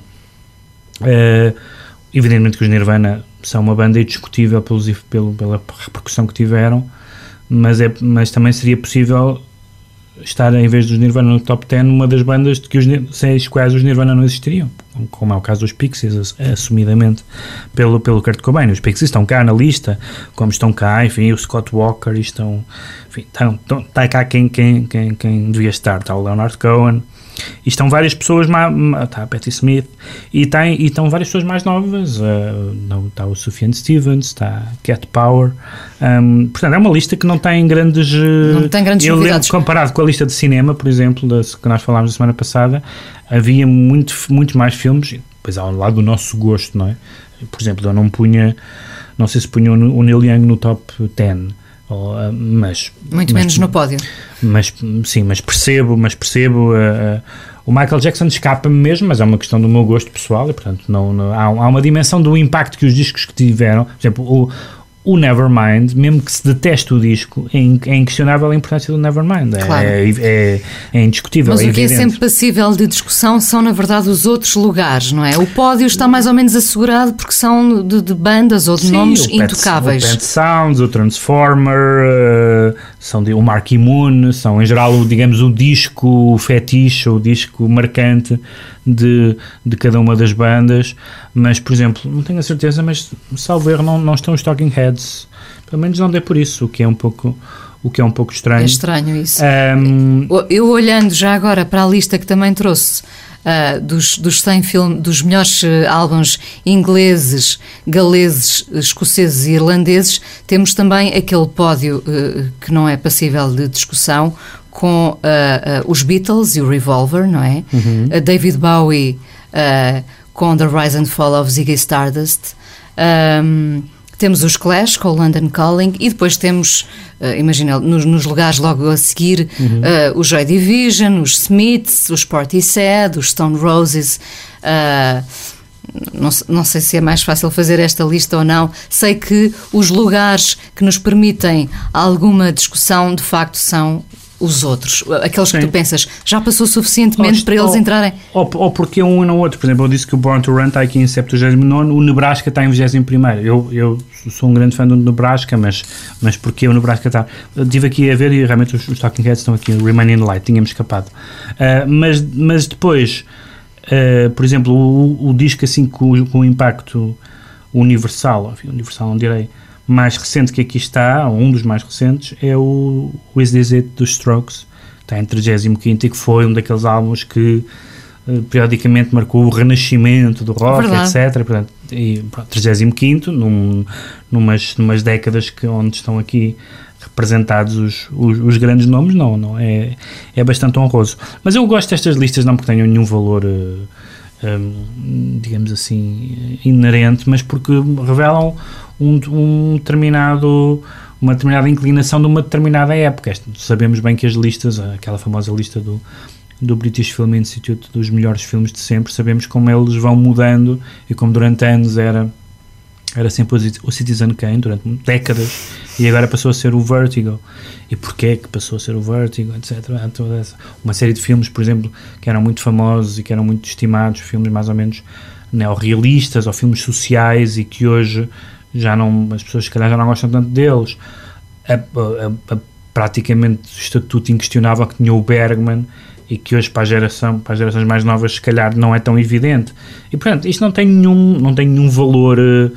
uh, evidentemente que os Nirvana são uma banda indiscutível pelos, pelo, pela repercussão que tiveram, mas, é, mas também seria possível estar, em vez dos Nirvana no top dez, numa das bandas de que os, sem as quais os Nirvana não existiriam, como é o caso dos Pixies, assumidamente pelo, pelo Kurt Cobain. Os Pixies estão cá na lista, como estão cá, enfim, o Scott Walker, estão, enfim, estão, estão, está cá quem, quem, quem, quem devia estar, está o Leonard Cohen, e estão várias pessoas, está a Patti Smith, e, tem, e estão várias pessoas mais novas, uh, não, está o Sufjan Stevens, está a Cat Power, um, portanto é uma lista que não tem grandes, não tem grandes eu novidades. Lembro, comparado com a lista de cinema, por exemplo, da, que nós falámos na semana passada, havia muito, muito mais filmes, depois ao lado do nosso gosto, não é? Por exemplo, eu não punha, não sei se punha o Neil Young no top dez, ou, uh, mas... Muito mas, menos no pódio. Mas, sim, mas percebo, mas percebo, uh, uh, o Michael Jackson escapa-me mesmo, mas é uma questão do meu gosto pessoal, e portanto não, não, há, há uma dimensão do impacto que os discos que tiveram, por exemplo, o O Nevermind, mesmo que se deteste o disco, é, in, é inquestionável a importância do Nevermind. Claro. É, é, é indiscutível. Mas é o que evidente. é sempre passível de discussão são, na verdade, os outros lugares, não é? O pódio está mais ou menos assegurado porque são de, de bandas ou de Sim, nomes o intocáveis. Pet, o Pet Sounds, o Transformer, uh, são de, o Marquee Moon, são em geral, o, digamos, o disco fetiche, o disco marcante de, de cada uma das bandas. Mas, por exemplo, não tenho a certeza, mas salvo erro, não, não estão os Talking Heads. Pelo menos não dê por isso, o que é um pouco, o que é um pouco estranho. É estranho isso. Um, Eu olhando já agora para a lista que também trouxe uh, dos, dos cem filmes, dos melhores uh, álbuns ingleses, galeses, escoceses e irlandeses, temos também aquele pódio uh, que não é passível de discussão, com uh, uh, os Beatles e o Revolver, não é? Uhum. Uh, David Bowie uh, com The Rise and Fall of Ziggy Stardust. Um, temos os Clash com o London Calling e depois temos, uh, imagina, nos, nos lugares logo a seguir, uhum. uh, os Joy Division, os Smiths, os Portishead, os Stone Roses. Uh, não, não sei se é mais fácil fazer esta lista ou não. Sei que os lugares que nos permitem alguma discussão, de facto, são os outros, aqueles Sim. que tu pensas já passou suficientemente ou, para eles ou, entrarem ou, ou porque um e não outro. Por exemplo, eu disse que o Born to Run está aqui em septuagésimo nono, o Nebraska está em vigésimo primeiro. Eu, eu sou um grande fã do Nebraska, mas, mas porque o Nebraska está, eu estive aqui a ver e realmente os, os Talking Heads estão aqui, o Remain in Light, tínhamos escapado, uh, mas, mas depois uh, por exemplo, o, o disco assim com, com o impacto universal, enfim, universal não direi, mais recente que aqui está, um dos mais recentes, é o Is This It dos Strokes, está em trigésimo quinto e que foi um daqueles álbuns que uh, periodicamente marcou o renascimento do rock, Verdade. etcétera. Portanto, e pronto, trigésimo quinto, num, numas, numas décadas que, onde estão aqui representados os, os, os grandes nomes, não, não é, é bastante honroso. Mas eu gosto destas listas não porque tenham nenhum valor, uh, um, digamos assim, inerente, mas porque revelam Um, um, determinado, uma determinada inclinação de uma determinada época. Sabemos bem que as listas, aquela famosa lista do, do British Film Institute dos melhores filmes de sempre, sabemos como eles vão mudando e como durante anos era, era sempre o Citizen Kane, durante décadas, e agora passou a ser o Vertigo. E porquê que passou a ser o Vertigo, etcétera. Há toda essa, uma série de filmes, por exemplo, que eram muito famosos e que eram muito estimados, filmes mais ou menos neorrealistas ou filmes sociais, e que hoje já não, as pessoas se calhar já não gostam tanto deles. A, a, a, praticamente o estatuto inquestionável que tinha o Bergman, e que hoje para a geração, para as gerações mais novas se calhar não é tão evidente. E portanto isto não tem nenhum, não tem nenhum valor uh,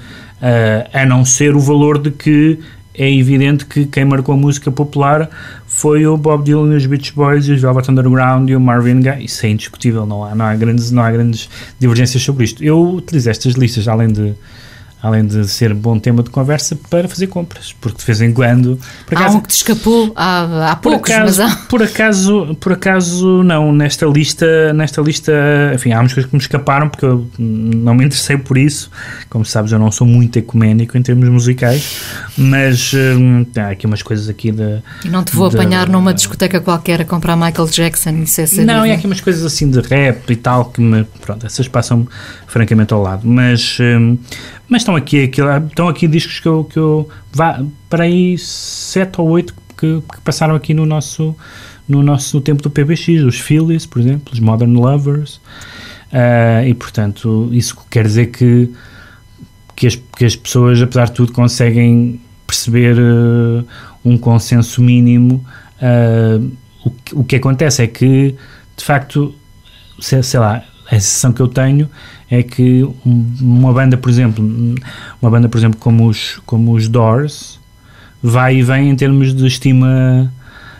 a não ser o valor de que é evidente que quem marcou a música popular foi o Bob Dylan, os Beach Boys, os Velvet Underground e o Marvin Gaye. Isso é indiscutível, não há, não há, grandes, não há grandes divergências sobre isto. Eu utilizo estas listas, além de, além de ser bom tema de conversa, para fazer compras, porque de vez em quando... Por acaso, há um que te escapou há, há poucos, por acaso, mas há... Por acaso, por acaso, não, nesta lista, nesta lista, enfim, há umas coisas que me escaparam, porque eu não me interessei por isso. Como sabes, eu não sou muito ecuménico em termos musicais, mas hum, há aqui umas coisas aqui da... E não te vou de, apanhar numa discoteca qualquer a comprar Michael Jackson e C C. Não, e há aqui umas coisas assim de rap e tal, que me, pronto, essas passam francamente ao lado, mas... Hum, Mas estão aqui, aqui, estão aqui discos que eu, que eu vá, para aí sete ou oito que, que passaram aqui no nosso, no nosso no tempo do P B X, os Phillies, por exemplo, os Modern Lovers, uh, e portanto isso quer dizer que, que, as, que as pessoas, apesar de tudo, conseguem perceber uh, um consenso mínimo. Uh, o, o que acontece é que, de facto, sei, sei lá, a sensação que eu tenho é que uma banda, por exemplo, uma banda, por exemplo, como os, como os Doors, vai e vem em termos de estima,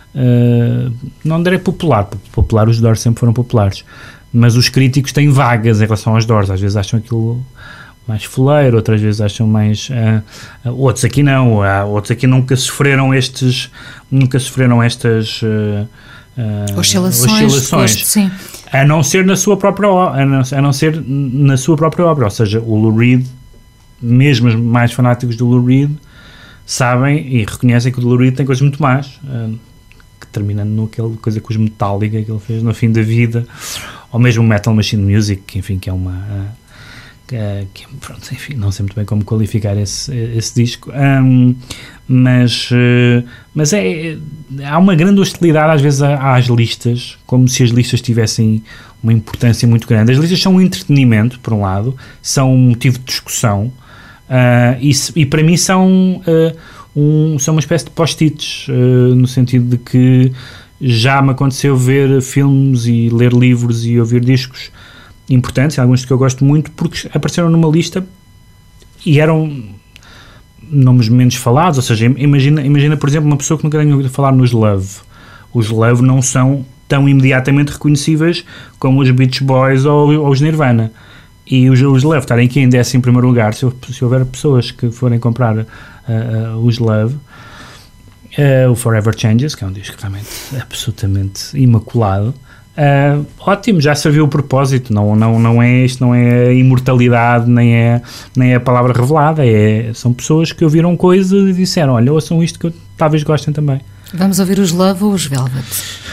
uh, não direi popular, popular, os Doors sempre foram populares, mas os críticos têm vagas em relação aos Doors, às vezes acham aquilo mais foleiro, outras vezes acham mais, uh, outros aqui não, uh, outros aqui nunca sofreram estes, nunca sofreram estas uh, uh, oscilações, oscilações. Gosto, sim. A não ser na sua própria a não, a não ser na sua própria obra, ou seja, o Lou Reed, mesmo os mais fanáticos do Lou Reed sabem e reconhecem que o Lou Reed tem coisas muito más, uh, que terminando naquela coisa com os Metallica que ele fez no fim da vida, ou mesmo Metal Machine Music, que enfim, que é uma uh, que, uh, que, pronto, enfim, não sei muito bem como qualificar esse, esse disco, um, mas, uh, mas é, há uma grande hostilidade às vezes às listas, como se as listas tivessem uma importância muito grande. As listas são um entretenimento, por um lado, são um motivo de discussão, uh, e, e para mim são, uh, um, são uma espécie de post-its, uh, no sentido de que já me aconteceu ver filmes e ler livros e ouvir discos importantes, alguns que eu gosto muito, porque apareceram numa lista e eram nomes menos falados, ou seja, imagina, imagina por exemplo uma pessoa que nunca tenha ouvido falar nos Love. Os Love não são tão imediatamente reconhecíveis como os Beach Boys ou, ou os Nirvana, e os, os Love estarem aqui em décimo primeiro lugar, se, se houver pessoas que forem comprar uh, uh, os Love, uh, o Forever Changes, que é um disco realmente absolutamente imaculado, Uh, ótimo, já serviu o propósito, não, não, não é isto, não é a imortalidade, nem é, nem é a palavra revelada, é, são pessoas que ouviram coisas e disseram, olha, ouçam isto que eu, talvez gostem também. Vamos ouvir os Love ou os Velvet?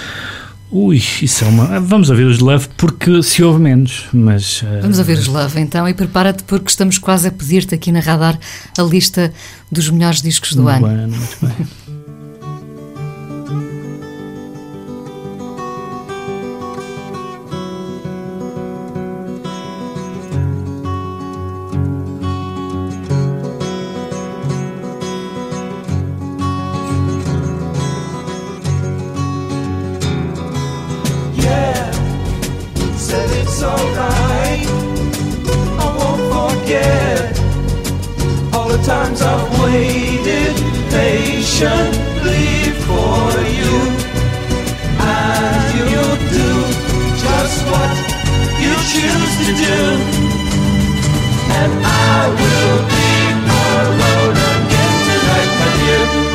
Ui, isso é uma... Vamos ouvir os Love porque se ouve menos, mas... Uh... Vamos ouvir os Love então, e prepara-te porque estamos quase a pedir-te aqui na Radar a lista dos melhores discos do muito ano. Bem, muito bem. Times I've waited patiently for you, and you'll do just what you choose to do, and I will be alone again tonight, my dear.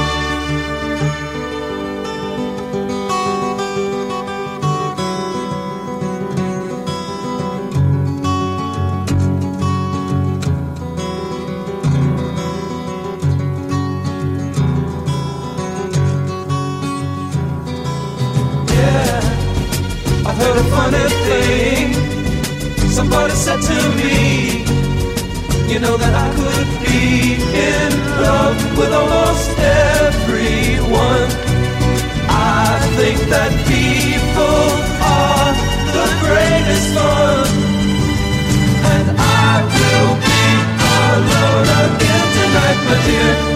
funny thing. Somebody said to me, you know that I could be in love with almost everyone. I think that people are the greatest fun, and I will be alone again tonight, my dear.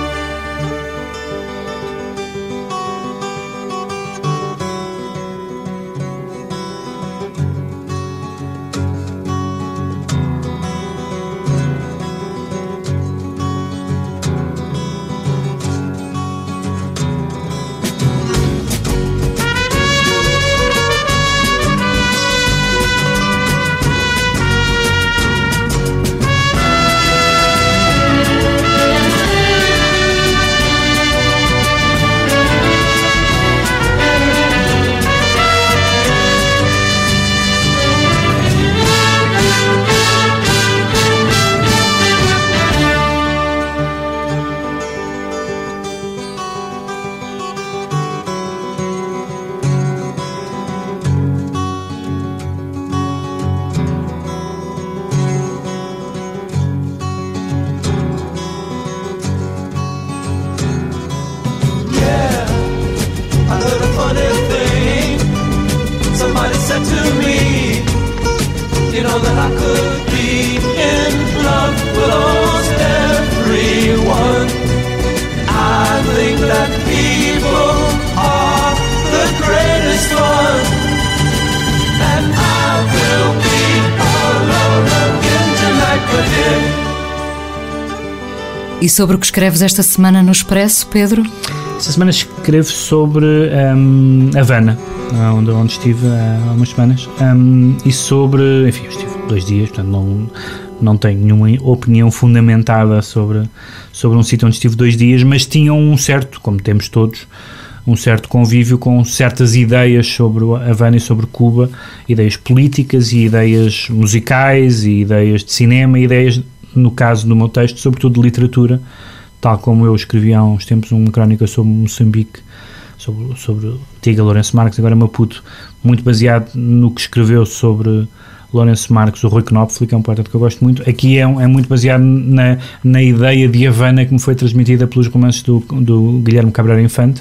E sobre o que escreves esta semana no Expresso, Pedro? Esta semana escrevo sobre um, Havana, onde, onde estive há umas semanas, um, e sobre, enfim, eu estive dois dias, portanto não, não tenho nenhuma opinião fundamentada sobre, sobre um sítio onde estive dois dias, mas tinham um certo, como temos todos, um certo convívio com certas ideias sobre Havana e sobre Cuba, ideias políticas e ideias musicais e ideias de cinema e ideias, no caso do meu texto, sobretudo de literatura, tal como eu escrevi há uns tempos uma crónica sobre Moçambique, sobre, sobre Tiga Lourenço Marques, agora Maputo, muito baseado no que escreveu sobre Lourenço Marques, o Rui Knopfler, que é um poeta que eu gosto muito. Aqui é, é muito baseado na, na ideia de Havana que me foi transmitida pelos romances do, do Guilherme Cabral Infante,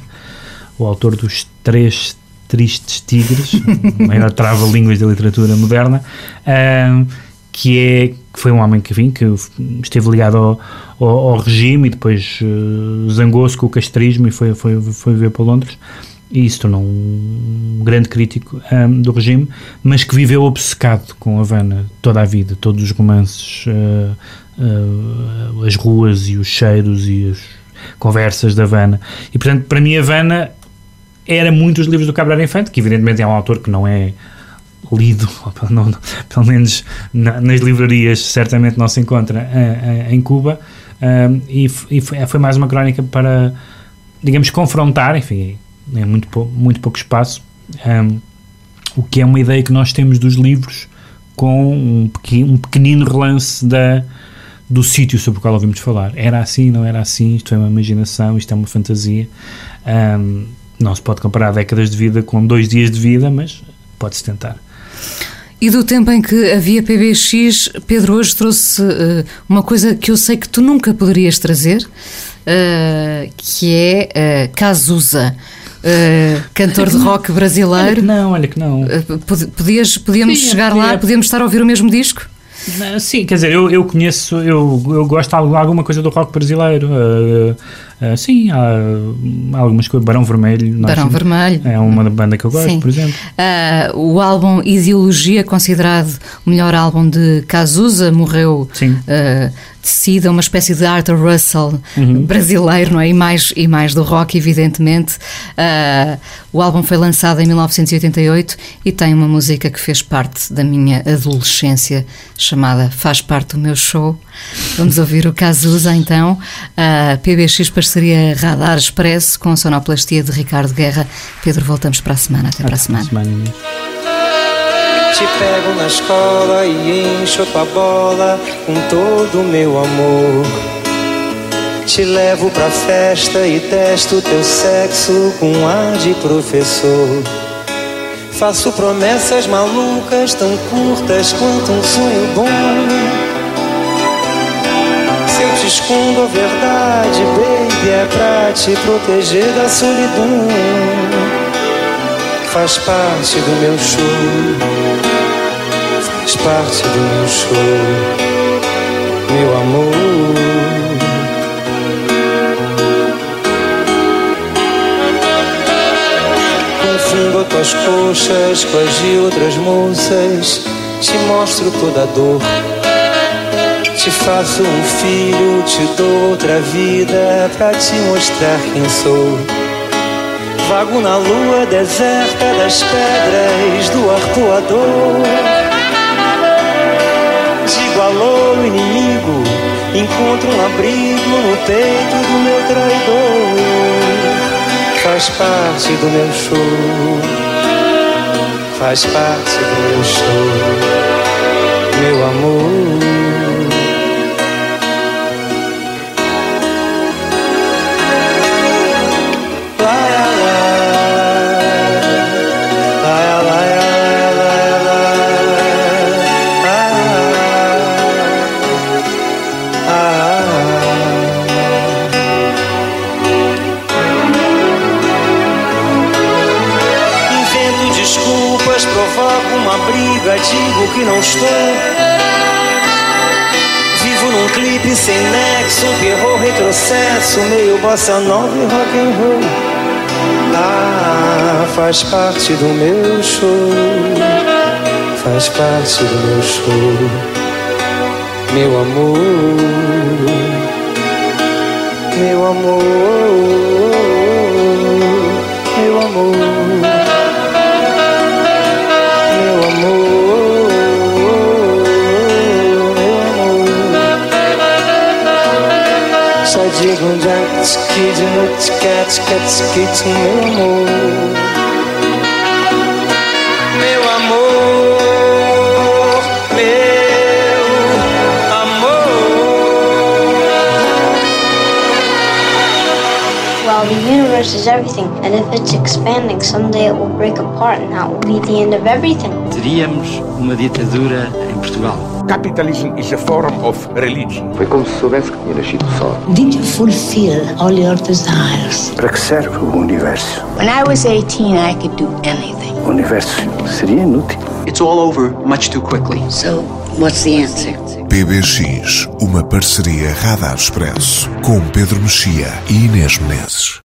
o autor dos Três Tristes Tigres, o maior trava-línguas da literatura moderna, uh, que, é, que foi um homem que, enfim, que esteve ligado ao, ao, ao regime e depois uh, zangou-se com o castrismo e foi, foi, foi viver para Londres e se tornou um grande crítico um, do regime, mas que viveu obcecado com Havana toda a vida, todos os romances, uh, uh, as ruas e os cheiros e as conversas de Havana. E, portanto, para mim Havana era muito os livros do Cabral Infante, que evidentemente é um autor que não é lido, não, não, pelo menos na, nas livrarias certamente não se encontra uh, uh, em Cuba, uh, e, e foi, foi mais uma crónica para, digamos, confrontar, enfim, em muito, pou, muito pouco espaço, um, o que é uma ideia que nós temos dos livros com um, pequeno, um pequenino relance da, do sítio sobre o qual ouvimos falar. Era assim, não era assim, isto é uma imaginação, isto é uma fantasia. Um, não se pode comparar décadas de vida com dois dias de vida, mas pode-se tentar. E do tempo em que havia P B X, Pedro hoje trouxe uh, uma coisa que eu sei que tu nunca poderias trazer, uh, que é uh, Cazuza, uh, cantor de rock brasileiro. Olha que não, olha que não. Uh, podias, podíamos Sim, chegar lá, é. podíamos estar a ouvir o mesmo disco? Sim, quer dizer, eu, eu conheço, eu, eu gosto de alguma coisa do rock brasileiro. Uh, uh, sim, há, há algumas coisas. Barão Vermelho. Barão nós, Vermelho. É uma banda que eu gosto, sim. Por exemplo. Uh, o álbum Ideologia, considerado o melhor álbum de Cazuza, morreu uh, de sida, uma espécie de Arthur Russell uhum. brasileiro, não é? E mais, e mais do rock, evidentemente. Uh, o álbum foi lançado em mil novecentos e oitenta e oito e tem uma música que fez parte da minha adolescência, chamada Faz Parte do Meu Show. Vamos ouvir o Cazuza, então. Uh, P B X, parceria Radar Expresso, com sonoplastia de Ricardo Guerra. Pedro, voltamos para a semana. Até, Até para a semana. semana. Te pego na escola e encho tua bola com todo o meu amor. Te levo pra festa e testo teu sexo com ar de professor. faço promessas malucas, tão curtas quanto um sonho bom. Se eu te escondo a verdade, baby, é pra te proteger da solidão. Faz parte do meu show, faz parte do meu show, meu amor. Confundo tuas coxas com as de outras moças, te mostro toda a dor. Te faço um filho, te dou outra vida pra te mostrar quem sou. Vago na lua deserta das pedras do arpoador. Digo alô, inimigo, encontro um abrigo no peito do meu traidor. Faz parte do meu show, faz parte do meu show, meu amor. Provoco uma briga, digo que não estou. Vivo num clipe sem nexo, um terror retrocesso, meio bossa nova e rock and roll. Ah, faz parte do meu show, faz parte do meu show, meu amor, meu amor, meu amor. Só digo um jack, kid, no cat, cat, kit, meu amor. Meu amor, meu amor. Well, the universe is everything, and if it's expanding, someday it will break apart, and that will be the end of everything. Teríamos uma ditadura em Portugal. Capitalism is a form of religion. Foi como se soubesse que tinha nascido só. Did you fulfill all your desires? Para que serve o universo? When I was eighteen, I could do anything. O universo seria inútil. It's all over much too quickly. So, what's the answer? P B X, uma parceria Radar Expresso com Pedro Mexia e Inês Menezes.